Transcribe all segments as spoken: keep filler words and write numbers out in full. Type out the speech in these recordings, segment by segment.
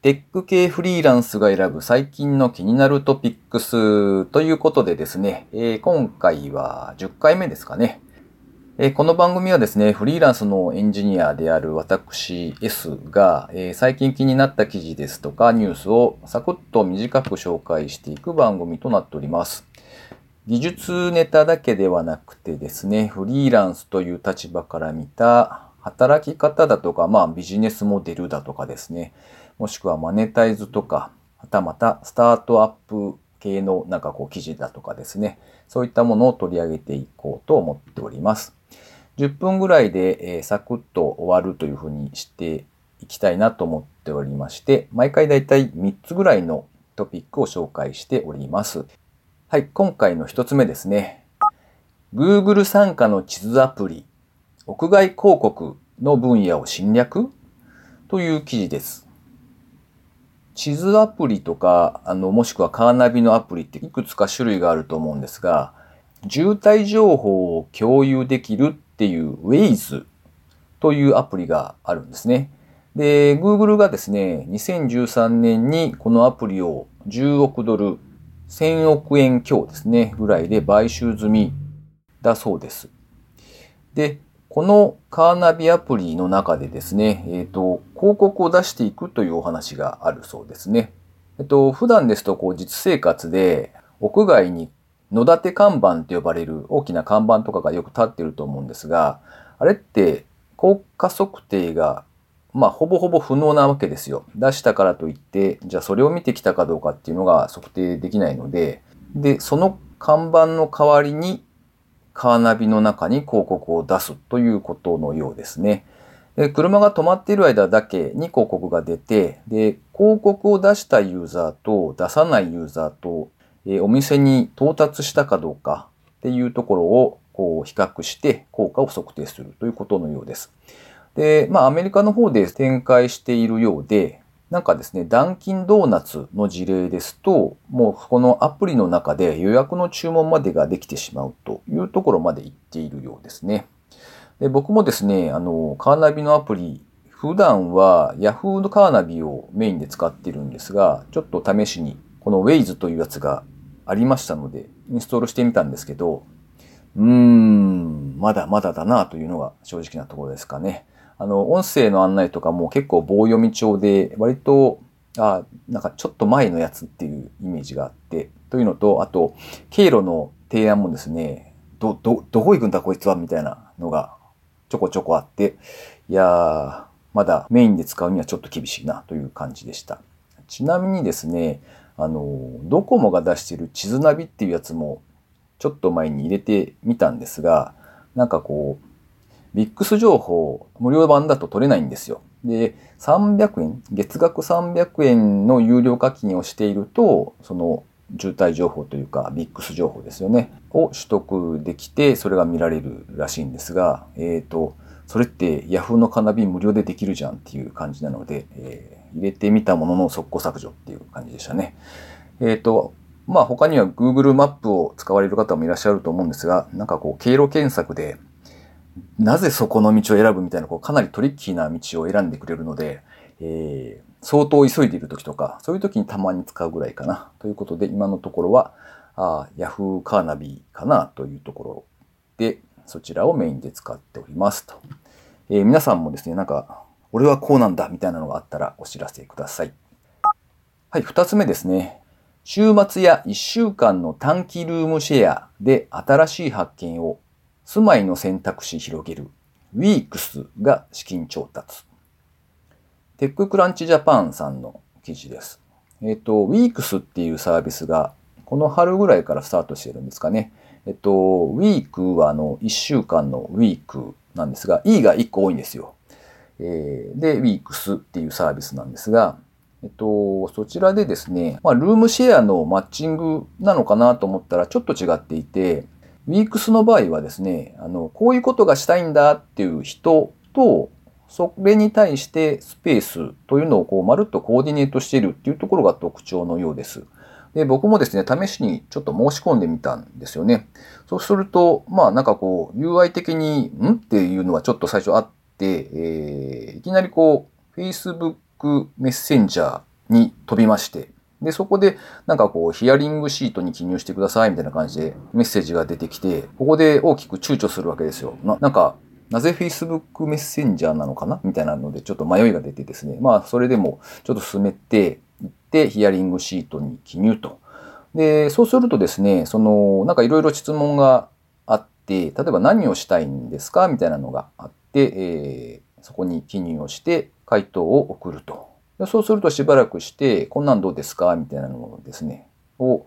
テック系フリーランスが選ぶ最近の気になるトピックスということでですね、えー今回はじゅっかいめですかね。えーこの番組はですね、フリーランスのエンジニアである私 S が、えー最近気になった記事ですとかニュースをサクッと短く紹介していく番組となっております。技術ネタだけではなくてですね、フリーランスという立場から見た働き方だとか、まあビジネスモデルだとかですね、もしくはマネタイズとか、はたまたスタートアップ系のなんかこう記事だとかですね、そういったものを取り上げていこうと思っております。じゅっぷんぐらいで、えーサクッと終わるというふうにしていきたいなと思っておりまして、毎回だいたいみっつぐらいのトピックを紹介しております。はい、今回のひとつめですね。Google 傘下の地図アプリ、屋外広告の分野を侵略という記事です。地図アプリとか、あの、もしくはカーナビのアプリっていくつか種類があると思うんですが、渋滞情報を共有できるっていう Waze というアプリがあるんですね。で、Google がですね、にせんじゅうさんねんにこのアプリをじゅうおくドル、せんおくえん強ですね、ぐらいで買収済みだそうです。で、このカーナビアプリの中でですね、えっと、広告を出していくというお話があるそうですね。えっと、普段ですと、こう、実生活で、屋外に野立て看板と呼ばれる大きな看板とかがよく立っていると思うんですが、あれって効果測定が、まあ、ほぼほぼ不能なわけですよ。出したからといって、じゃあそれを見てきたかどうかっていうのが測定できないので、で、その看板の代わりにカーナビの中に広告を出すということのようですね。で、車が止まっている間だけに広告が出て、で、広告を出したユーザーと出さないユーザーと、えーお店に到達したかどうかっていうところをこう比較して効果を測定するということのようです。で、まあアメリカの方で展開しているようで、なんかですね、ダンキンドーナツの事例ですと、もうこのアプリの中で予約の注文までができてしまうというところまで行っているようですね。で、僕もですね、あの、カーナビのアプリ、普段は Yahoo のカーナビをメインで使っているんですが、ちょっと試しにこの Waze というやつがありましたので、インストールしてみたんですけど、うーん、まだまだだなというのが正直なところですかね。あの、音声の案内とかも結構棒読み調で、割と、あ、なんかちょっと前のやつっていうイメージがあって、というのと、あと、経路の提案もですね、ど、ど、どこ行くんだこいつはみたいなのがちょこちょこあって、いやー、まだメインで使うにはちょっと厳しいなという感じでした。ちなみにですね、あの、ドコモが出している地図ナビっていうやつも、ちょっと前に入れてみたんですが、なんかこう、ビックス情報無料版だと取れないんですよ。で、さんびゃくえん、月額さんびゃくえんの有料課金をしていると、その渋滞情報というか、ビックス情報ですよね、を取得できて、それが見られるらしいんですが、えっと、それって Yahoo のカーナビ無料でできるじゃんっていう感じなので、えー入れてみたものの速攻削除っていう感じでしたね。えっと、まあ他には Google マップを使われる方もいらっしゃると思うんですが、なんかこう経路検索で、なぜそこの道を選ぶみたいな、こうかなりトリッキーな道を選んでくれるので、えー相当急いでいる時とか、そういう時にたまに使うぐらいかな。ということで、今のところは、あ Yahoo カーナビかなというところで、そちらをメインで使っておりますと。えー皆さんもですね、なんか、俺はこうなんだみたいなのがあったらお知らせください。はい、二つ目ですね。週末やいっしゅうかんの短期ルームシェアで新しい発見を住まいの選択肢広げる ウィークス が資金調達。テッククランチジャパンさんの記事です。えっと、ウィークス っていうサービスがこの春ぐらいからスタートしてるんですかね。えっと、ウィークはあのいっしゅうかんのウィークなんですが、E がいっこ多いんですよ。えーで、ウィークス っていうサービスなんですが、えっと、そちらでですね、まあ、ルームシェアのマッチングなのかなと思ったらちょっと違っていて、ウィークスの場合はですね、あの、こういうことがしたいんだっていう人と、それに対してスペースというのをこうまるっとコーディネートしているっていうところが特徴のようです。で、僕もですね、試しにちょっと申し込んでみたんですよね。そうすると、まあなんかこう、ユーアイ 的に、んっていうのはちょっと最初あって、えーいきなりこう、Facebook メッセンジャーに飛びまして、で、そこで、なんかこう、ヒアリングシートに記入してくださいみたいな感じでメッセージが出てきて、ここで大きく躊躇するわけですよ。な、なんか、なぜ Facebook メッセンジャーなのかなみたいなので、ちょっと迷いが出てですね。まあ、それでも、ちょっと進めていって、ヒアリングシートに記入と。で、そうするとですね、その、なんかいろいろ質問があって、例えば何をしたいんですかみたいなのがあって、えー、そこに記入をして回答を送ると。でそうするとしばらくして、こんなんどうですかみたいなのをですね、を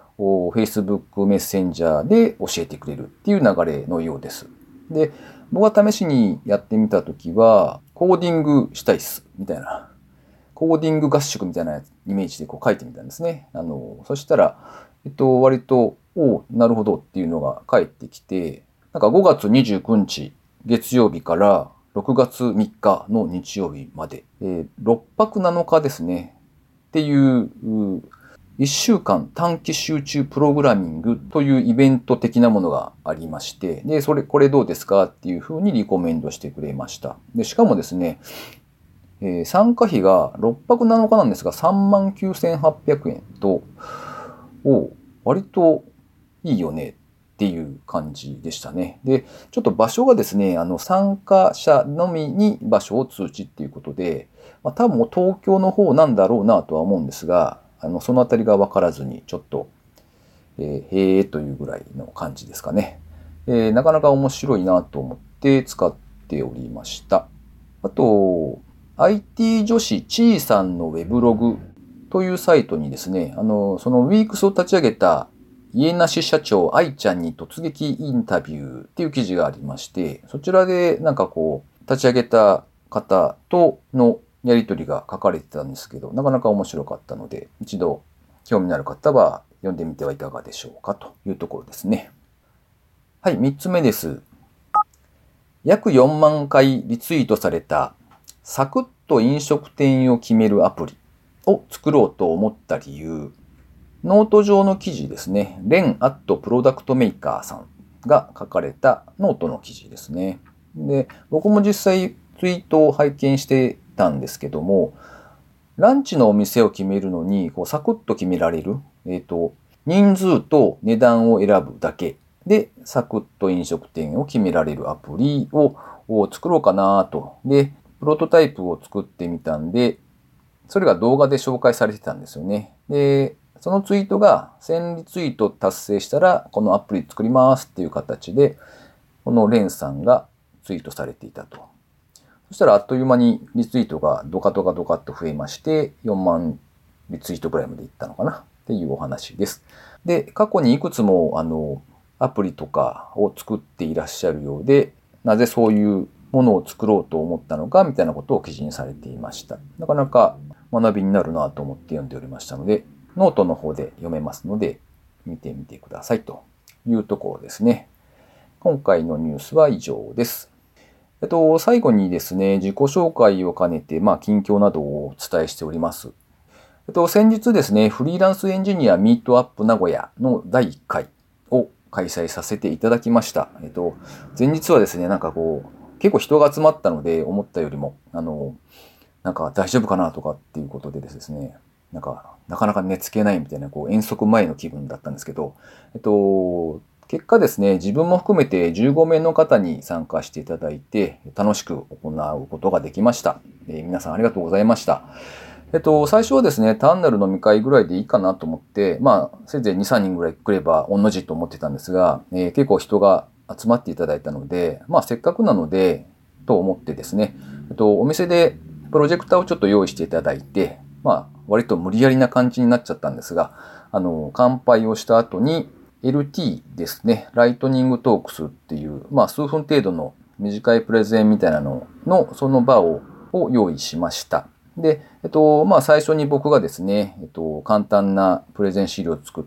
Facebook メッセンジャーで教えてくれるっていう流れのようです。で、僕が試しにやってみたときは、コーディングしたいっす、みたいな。コーディング合宿みたいなイメージでこう書いてみたんですね。あの、そしたら、えっと、割と、おなるほどっていうのが返ってきて、なんかごがつにじゅうくにち月曜日からろくがつみっかの日曜日まで、えー、ろっぱくなのかですね。っていう、いっしゅうかん短期集中プログラミングというイベント的なものがありまして、で、それ、これどうですかっていうふうにリコメンドしてくれました。で、しかもですね、えー、参加費がろっぱくなのかなんですがさんまんきゅうせんはっぴゃくえんと、お割といいよねっていう感じでしたね。で、ちょっと場所がですね、あの参加者のみに場所を通知っていうことで、まあ、多分もう東京の方なんだろうなとは思うんですが、あのそのあたりが分からずにちょっと、えー、へえというぐらいの感じですかね。えー、なかなか面白いなと思って使っておりました。あと、アイティー 女子ちーさんのウェブログというサイトにですね、あの、そのウィークスを立ち上げた家なし社長愛ちゃんに突撃インタビューっていう記事がありまして、そちらでなんかこう、立ち上げた方とのやりとりが書かれてたんですけど、なかなか面白かったので、一度興味のある方は読んでみてはいかがでしょうかというところですね。はい、三つ目です。約よんまんかいリツイートされたサクッと飲食店を決めるアプリを作ろうと思った理由。ノート上の記事ですね。レンアットプロダクトメーカーさんが書かれたノートの記事ですね。で、僕も実際ツイートを拝見してたんですけども、ランチのお店を決めるのにこうサクッと決められる。えっと、人数と値段を選ぶだけでサクッと飲食店を決められるアプリを作ろうかなと。で、プロトタイプを作ってみたんで、それが動画で紹介されてたんですよね。で、そのツイートがせんリツイート達成したら、このアプリ作りますっていう形で、このレンさんがツイートされていたと。そしたらあっという間にリツイートがドカドカドカっと増えまして、よんまんリツイートぐらいまでいったのかなっていうお話です。で、過去にいくつもあの、アプリとかを作っていらっしゃるようで、なぜそういうものを作ろうと思ったのかみたいなことを記事にされていました。なかなか学びになるなと思って読んでおりましたので、ノートの方で読めますので、見てみてくださいというところですね。今回のニュースは以上です。えっと、最後にですね、自己紹介を兼ねて、まあ、近況などをお伝えしております。えっと、先日ですね、フリーランスエンジニアミートアップ名古屋のだいいっかいを開催させていただきました。えっと、前日はですね、なんかこう、結構人が集まったので、思ったよりも、あの、なんか大丈夫かなとかっていうことでですね、なんか、なかなか寝つけないみたいな、こう、遠足前の気分だったんですけど、えっと、結果ですね、自分も含めてじゅうごめいの方に参加していただいて、楽しく行うことができました。えー、皆さんありがとうございました。えっと、最初はですね、単なる飲み会ぐらいでいいかなと思って、まあ、せいぜいに、さんにんぐらい来れば、御の字と思ってたんですが、えー、結構人が集まっていただいたので、まあ、せっかくなので、と思ってですね、えっと、お店でプロジェクターをちょっと用意していただいて、まあ、割と無理やりな感じになっちゃったんですが、あの、乾杯をした後に、エルティー ですね、ライトニングトークスっていう、まあ、数分程度の短いプレゼンみたいなのの、その場を、を用意しました。で、えっと、まあ、最初に僕がですね、えっと、簡単なプレゼン資料を作って、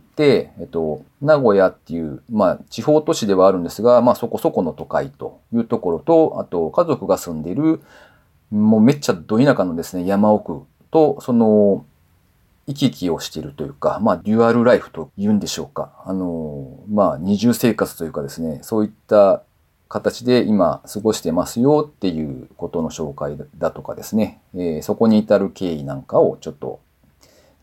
えっと、名古屋っていう、まあ、地方都市ではあるんですが、まあ、そこそこの都会というところと、あと、家族が住んでいる、もうめっちゃど田舎のですね、山奥と、その、行き来をしているというか、まあ、デュアルライフと言うんでしょうか。あの、まあ、二重生活というかですね、そういった形で今過ごしてますよっていうことの紹介だとかですね、えー、そこに至る経緯なんかをちょっと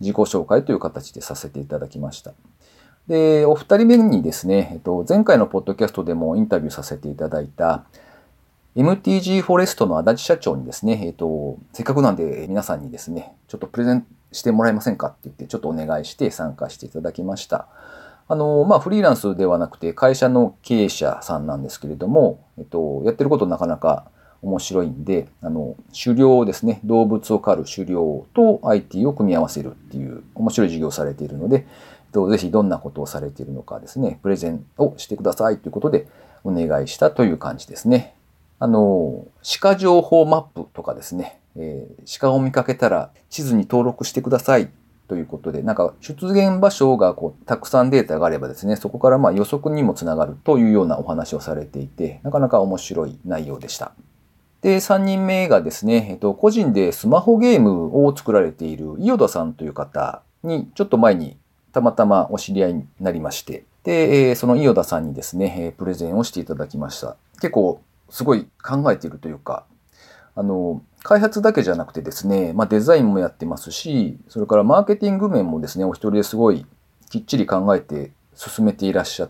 自己紹介という形でさせていただきました。で、お二人目にですね、えっと、前回のポッドキャストでもインタビューさせていただいた エムティージー フォレストの足立社長にですね、えっと、せっかくなんで皆さんにですね、ちょっとプレゼンしてもらえませんかって言ってちょっとお願いして参加していただきました。あの、まあ、フリーランスではなくて会社の経営者さんなんですけれども、えっと、やってることなかなか面白いんで、あの、狩猟ですね、動物を狩る狩猟と アイティー を組み合わせるっていう面白い事業をされているので、ぜひどんなことをされているのかですね、プレゼンをしてくださいということでお願いしたという感じですね。あの、鹿情報マップとかですね、えー、鹿を見かけたら地図に登録してくださいということで、なんか出現場所がこうたくさんデータがあればですね、そこからまあ予測にもつながるというようなお話をされていて、なかなか面白い内容でした。で、さんにんめがですね、えっと、個人でスマホゲームを作られている伊予田さんという方に、ちょっと前にたまたまお知り合いになりまして、で、その伊予田さんにですね、プレゼンをしていただきました。結構、すごい考えているというか、あの、開発だけじゃなくてですね、まあ、デザインもやってますし、それからマーケティング面もですね、お一人ですごいきっちり考えて進めていらっしゃって、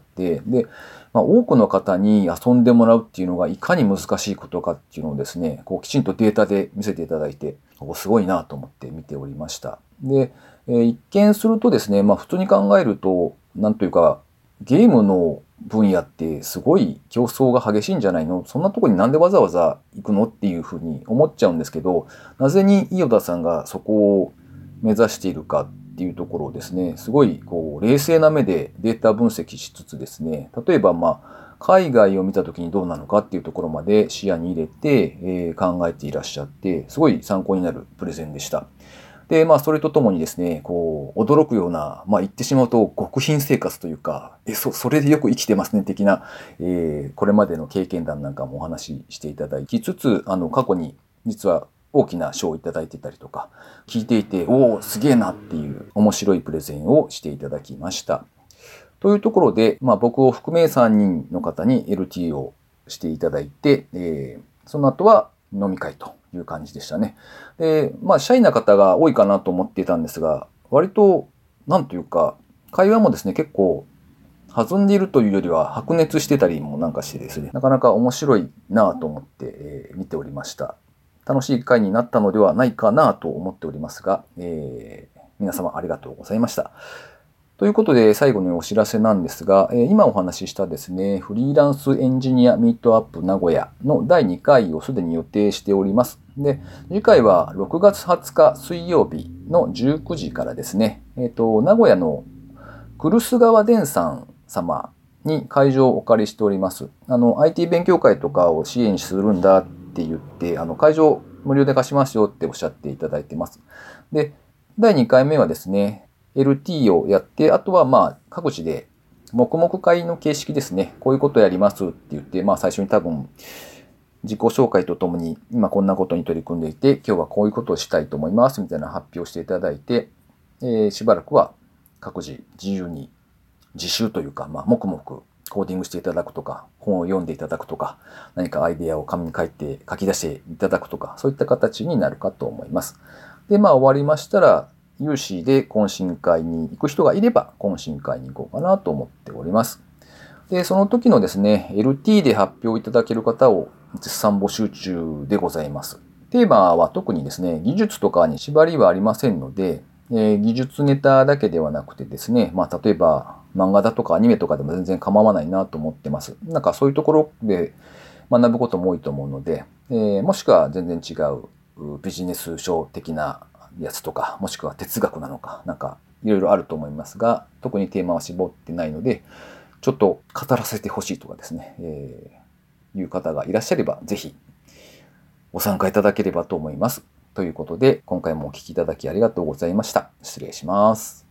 で、まあ、多くの方に遊んでもらうっていうのがいかに難しいことかっていうのをですね、こうきちんとデータで見せていただいて、すごいなと思って見ておりました。で、えー、一見するとですね、まあ普通に考えると、なんというか、ゲームの分野ってすごい競争が激しいんじゃないの？そんなとこになんでわざわざ行くのっていうふうに思っちゃうんですけど、なぜに伊予田さんがそこを目指しているかっていうところをですね、すごいこう冷静な目でデータ分析しつつですね、例えばまあ海外を見た時にどうなのかっていうところまで視野に入れて、えー、考えていらっしゃって、すごい参考になるプレゼンでした。で、まあ、それとともにですね、こう、驚くような、まあ、言ってしまうと極貧生活というか、え、そ、それでよく生きてますね、的な、えー、これまでの経験談なんかもお話ししていただきつつ、あの、過去に実は大きな賞をいただいてたりとか、聞いていて、おお、すげえなっていう面白いプレゼンをしていただきました。というところで、まあ、僕を含めさんにんの方に エルティー をしていただいて、えー、その後は飲み会という感じでしたね。で、まあ、シャイな方が多いかなと思っていたんですが、割と、なんというか、会話もですね、結構、弾んでいるというよりは白熱してたりもなんかしてですね、なかなか面白いなと思って、えー、見ておりました。楽しい会になったのではないかなと思っておりますが、えー、皆様ありがとうございました。ということで、最後にお知らせなんですが、今お話ししたですね、フリーランスエンジニアミートアップ名古屋のだいにかいをすでに予定しております。で、次回はろくがつはつか水曜日のじゅうくじからですね、えっと、名古屋の来栖川伝さん様に会場をお借りしております。あの、アイティー 勉強会とかを支援するんだって言って、あの、会場無料で貸しますよっておっしゃっていただいてます。で、だいにかいめはですね、エルティー をやって、あとはまあ各地で黙々会の形式ですね。こういうことやりますって言って、まあ最初に多分自己紹介とともに今こんなことに取り組んでいて、今日はこういうことをしたいと思いますみたいな発表していただいて、えー、しばらくは各自自由に自習というか、まあ黙々コーディングしていただくとか、本を読んでいただくとか、何かアイデアを紙に書いて書き出していただくとか、そういった形になるかと思います。で、まあ終わりましたら、有志で懇親会に行く人がいれば懇親会に行こうかなと思っております。で、その時のですね、エルティー で発表いただける方を絶賛募集中でございます。テーマは特にですね、技術とかに縛りはありませんので、えー、技術ネタだけではなくてですね、まあ例えば漫画だとかアニメとかでも全然構わないなと思ってます。なんかそういうところで学ぶことも多いと思うので、えー、もしくは全然違うビジネス書的なやつとか、もしくは哲学なのか、なんかいろいろあると思いますが、特にテーマは絞ってないので、ちょっと語らせてほしいとかですね、えー、いう方がいらっしゃれば、ぜひご参加いただければと思います。ということで、今回もお聞きいただきありがとうございました。失礼します。